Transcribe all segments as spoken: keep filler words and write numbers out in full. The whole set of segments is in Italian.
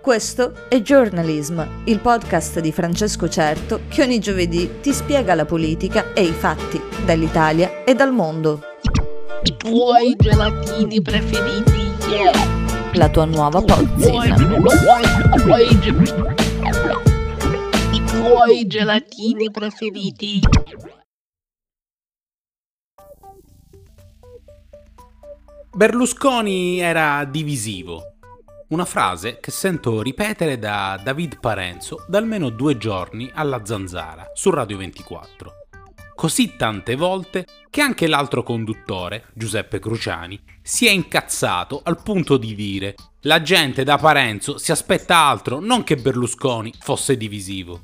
Questo è Journalism, il podcast di Francesco Certo che ogni giovedì ti spiega la politica e i fatti dall'Italia e dal mondo. I tuoi gelatini preferiti, yeah. La tua nuova pozzina. I tuoi gelatini preferiti. Berlusconi era divisivo. Una frase che sento ripetere da David Parenzo da almeno due giorni alla Zanzara su Radio ventiquattro. Così tante volte che anche l'altro conduttore, Giuseppe Cruciani, si è incazzato al punto di dire: la gente da Parenzo si aspetta altro, non che Berlusconi fosse divisivo.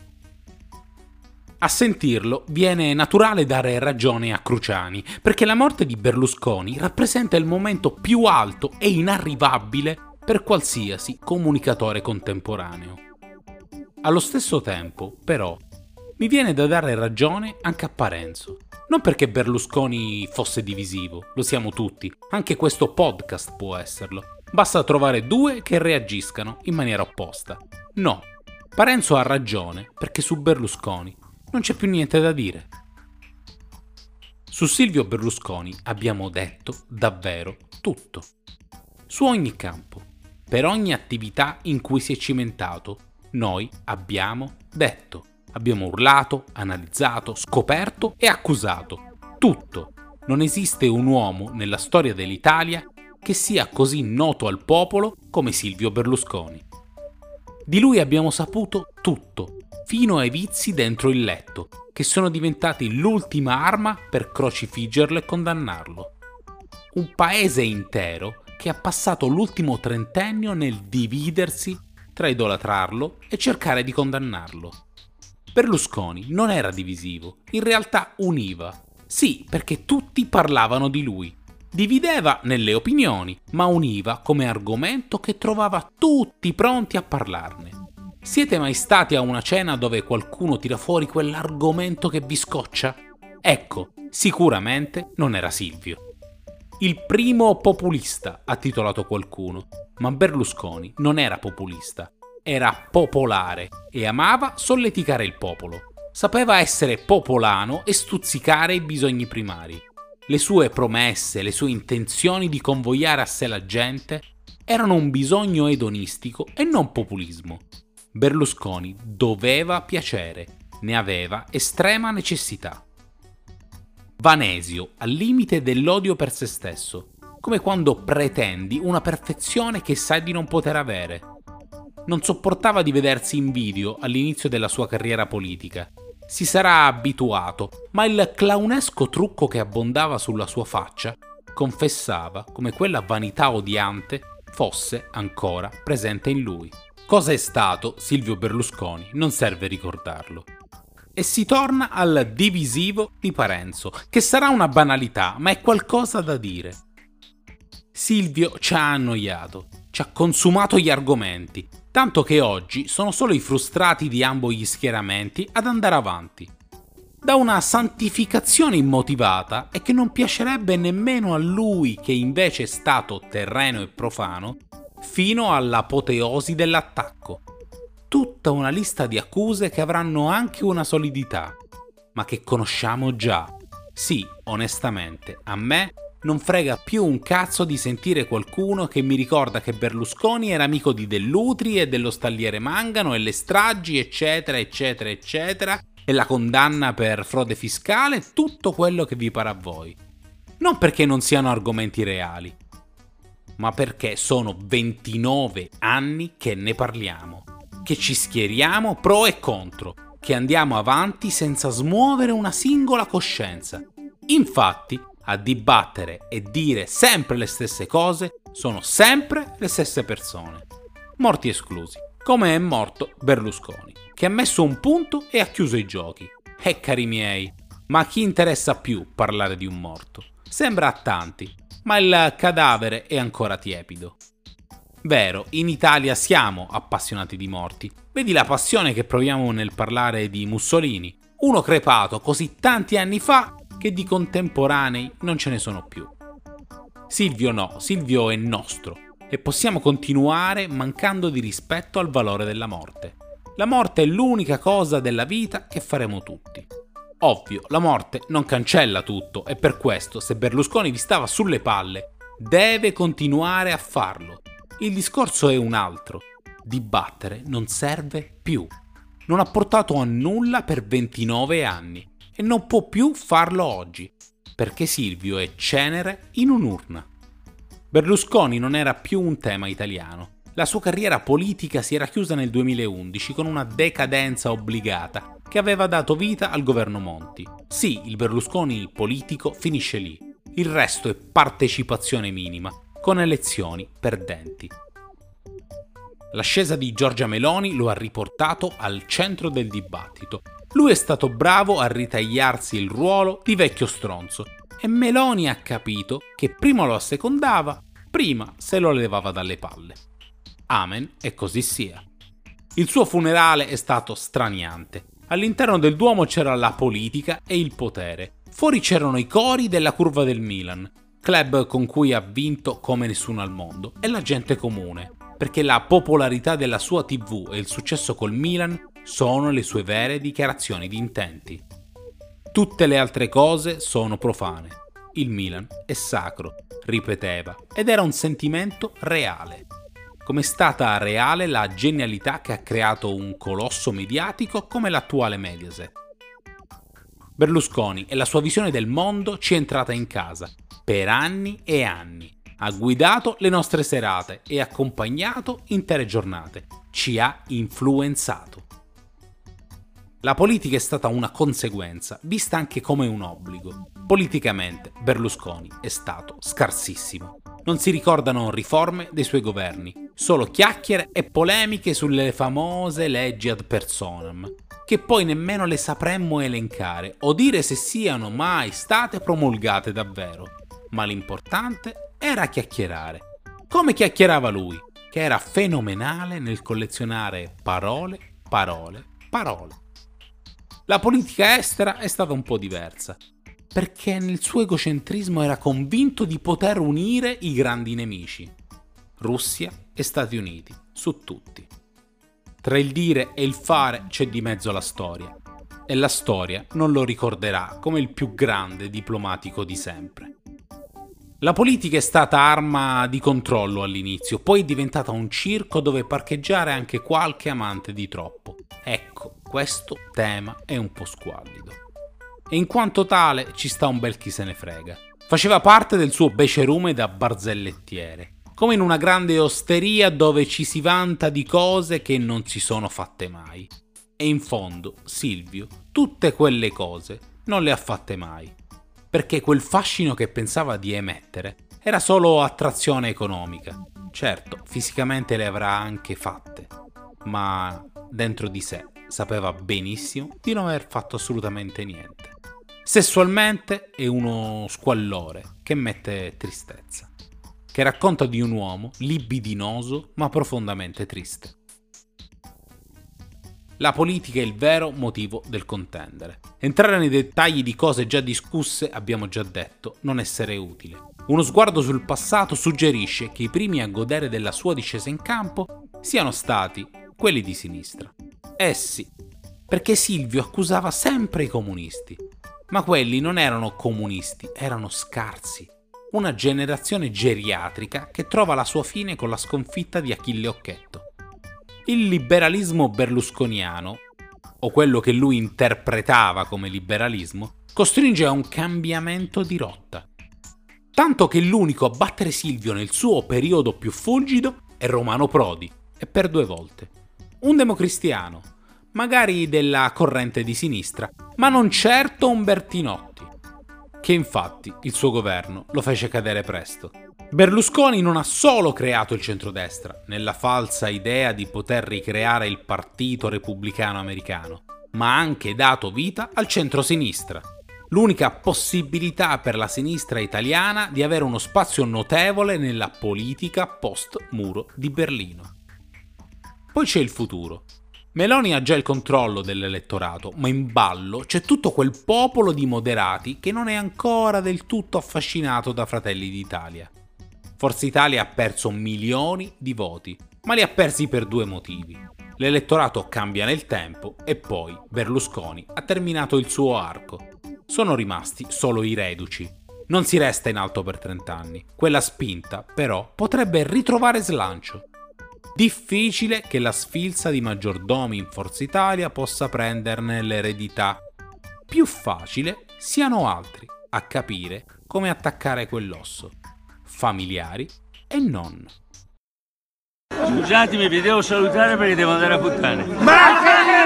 A sentirlo viene naturale dare ragione a Cruciani, perché la morte di Berlusconi rappresenta il momento più alto e inarrivabile per qualsiasi comunicatore contemporaneo. Allo stesso tempo, però, mi viene da dare ragione anche a Parenzo. Non perché Berlusconi fosse divisivo, lo siamo tutti, anche questo podcast può esserlo. Basta trovare due che reagiscano in maniera opposta. No, Parenzo ha ragione perché su Berlusconi non c'è più niente da dire. Su Silvio Berlusconi abbiamo detto davvero tutto. Su ogni campo, per ogni attività in cui si è cimentato, noi abbiamo detto. Abbiamo urlato, analizzato, scoperto e accusato. Tutto. Non esiste un uomo nella storia dell'Italia che sia così noto al popolo come Silvio Berlusconi. Di lui abbiamo saputo tutto, fino ai vizi dentro il letto, che sono diventati l'ultima arma per crocifiggerlo e condannarlo. Un paese intero che ha passato l'ultimo trentennio nel dividersi tra idolatrarlo e cercare di condannarlo. Berlusconi non era divisivo, in realtà univa. Sì, perché tutti parlavano di lui. Divideva nelle opinioni, ma univa come argomento che trovava tutti pronti a parlarne. Siete mai stati a una cena dove qualcuno tira fuori quell'argomento che vi scoccia? Ecco, sicuramente non era Silvio. Il primo populista, ha titolato qualcuno, ma Berlusconi non era populista, era popolare e amava solleticare il popolo. Sapeva essere popolano e stuzzicare i bisogni primari. Le sue promesse, le sue intenzioni di convogliare a sé la gente erano un bisogno edonistico e non populismo. Berlusconi doveva piacere, ne aveva estrema necessità. Vanesio, al limite dell'odio per se stesso, come quando pretendi una perfezione che sai di non poter avere. Non sopportava di vedersi in video all'inizio della sua carriera politica. Si sarà abituato, ma il clownesco trucco che abbondava sulla sua faccia confessava come quella vanità odiante fosse ancora presente in lui. Cosa è stato Silvio Berlusconi? Non serve ricordarlo. E si torna al divisivo di Parenzo, che sarà una banalità, ma è qualcosa da dire. Silvio ci ha annoiato, ci ha consumato gli argomenti, tanto che oggi sono solo i frustrati di ambo gli schieramenti ad andare avanti. Da una santificazione immotivata e che non piacerebbe nemmeno a lui, che invece è stato terreno e profano, fino all'apoteosi dell'attacco. Tutta una lista di accuse che avranno anche una solidità, ma che conosciamo già. Sì, onestamente, a me non frega più un cazzo di sentire qualcuno che mi ricorda che Berlusconi era amico di Dell'Utri e dello Stalliere Mangano e le stragi, eccetera, eccetera, eccetera, e la condanna per frode fiscale, tutto quello che vi pare a voi. Non perché non siano argomenti reali, ma perché sono ventinove anni che ne parliamo. Che ci schieriamo pro e contro, che andiamo avanti senza smuovere una singola coscienza. Infatti, a dibattere e dire sempre le stesse cose sono sempre le stesse persone. Morti esclusi, come è morto Berlusconi, che ha messo un punto e ha chiuso i giochi. E cari miei, ma a chi interessa più parlare di un morto? Sembra a tanti, ma il cadavere è ancora tiepido. Vero, in Italia siamo appassionati di morti. Vedi la passione che proviamo nel parlare di Mussolini, uno crepato così tanti anni fa che di contemporanei non ce ne sono più. Silvio no, Silvio è nostro. e possiamo continuare mancando di rispetto al valore della morte. La morte è l'unica cosa della vita che faremo tutti. Ovvio, la morte non cancella tutto e per questo, se Berlusconi vi stava sulle palle, deve continuare a farlo. Il discorso è un altro. Dibattere non serve più. Non ha portato a nulla per ventinove anni e non può più farlo oggi, perché Silvio è cenere in un'urna. Berlusconi non era più un tema italiano. La sua carriera politica si era chiusa nel duemilaundici con una decadenza obbligata che aveva dato vita al governo Monti. Sì, il Berlusconi politico finisce lì. Il resto è partecipazione minima, con elezioni perdenti. L'ascesa di Giorgia Meloni lo ha riportato al centro del dibattito. Lui è stato bravo a ritagliarsi il ruolo di vecchio stronzo e Meloni ha capito che prima lo assecondava, prima se lo levava dalle palle. Amen e così sia. Il suo funerale è stato straniante. All'interno del Duomo c'era la politica e il potere. Fuori c'erano i cori della curva del Milan, club con cui ha vinto come nessuno al mondo, e la gente comune, perché la popolarità della sua tivù e il successo col Milan sono le sue vere dichiarazioni di intenti. Tutte le altre cose sono profane. Il Milan è sacro, ripeteva, ed era un sentimento reale. Come è stata reale la genialità che ha creato un colosso mediatico come l'attuale Mediaset. Berlusconi e la sua visione del mondo ci è entrata in casa per anni e anni. Ha guidato le nostre serate e accompagnato intere giornate. Ci ha influenzato. La politica è stata una conseguenza, vista anche come un obbligo. Politicamente Berlusconi è stato scarsissimo. Non si ricordano riforme dei suoi governi, solo chiacchiere e polemiche sulle famose leggi ad personam, che poi nemmeno le sapremmo elencare o dire se siano mai state promulgate davvero. Ma l'importante era chiacchierare. Come chiacchierava lui, che era fenomenale nel collezionare parole, parole, parole. La politica estera è stata un po' diversa, perché nel suo egocentrismo era convinto di poter unire i grandi nemici, Russia e Stati Uniti, su tutti. Tra il dire e il fare c'è di mezzo la storia, e la storia non lo ricorderà come il più grande diplomatico di sempre. La politica è stata arma di controllo all'inizio, poi è diventata un circo dove parcheggiare anche qualche amante di troppo. Ecco, questo tema è un po' squallido. E in quanto tale ci sta un bel chi se ne frega. Faceva parte del suo becerume da barzellettiere, come in una grande osteria dove ci si vanta di cose che non si sono fatte mai. E in fondo, Silvio, tutte quelle cose non le ha fatte mai. Perché quel fascino che pensava di emettere era solo attrazione economica. Certo, fisicamente le avrà anche fatte, ma dentro di sé sapeva benissimo di non aver fatto assolutamente niente. Sessualmente è uno squallore che mette tristezza, che racconta di un uomo libidinoso ma profondamente triste. La politica è il vero motivo del contendere. Entrare nei dettagli di cose già discusse, abbiamo già detto, non essere utile. Uno sguardo sul passato suggerisce che i primi a godere della sua discesa in campo siano stati quelli di sinistra. Eh sì, perché Silvio accusava sempre i comunisti. Ma quelli non erano comunisti, erano scarsi. Una generazione geriatrica che trova la sua fine con la sconfitta di Achille Occhetto. Il liberalismo berlusconiano, o quello che lui interpretava come liberalismo, costringe a un cambiamento di rotta. Tanto che l'unico a battere Silvio nel suo periodo più fulgido è Romano Prodi, e per due volte. Un democristiano, magari della corrente di sinistra, ma non certo un Bertinotti, che infatti il suo governo lo fece cadere presto. Berlusconi non ha solo creato il centrodestra, nella falsa idea di poter ricreare il partito repubblicano americano, ma ha anche dato vita al centrosinistra, l'unica possibilità per la sinistra italiana di avere uno spazio notevole nella politica post-muro di Berlino. Poi c'è il futuro. Meloni ha già il controllo dell'elettorato, ma in ballo c'è tutto quel popolo di moderati che non è ancora del tutto affascinato da Fratelli d'Italia. Forza Italia ha perso milioni di voti, ma li ha persi per due motivi. L'elettorato cambia nel tempo e poi Berlusconi ha terminato il suo arco. Sono rimasti solo i reduci. Non si resta in alto per trent'anni. Quella spinta, però, potrebbe ritrovare slancio. Difficile che la sfilza di maggiordomi in Forza Italia possa prenderne l'eredità. Più facile siano altri a capire come attaccare quell'osso. Familiari e non. Scusatemi, vi devo salutare perché devo andare a puttane.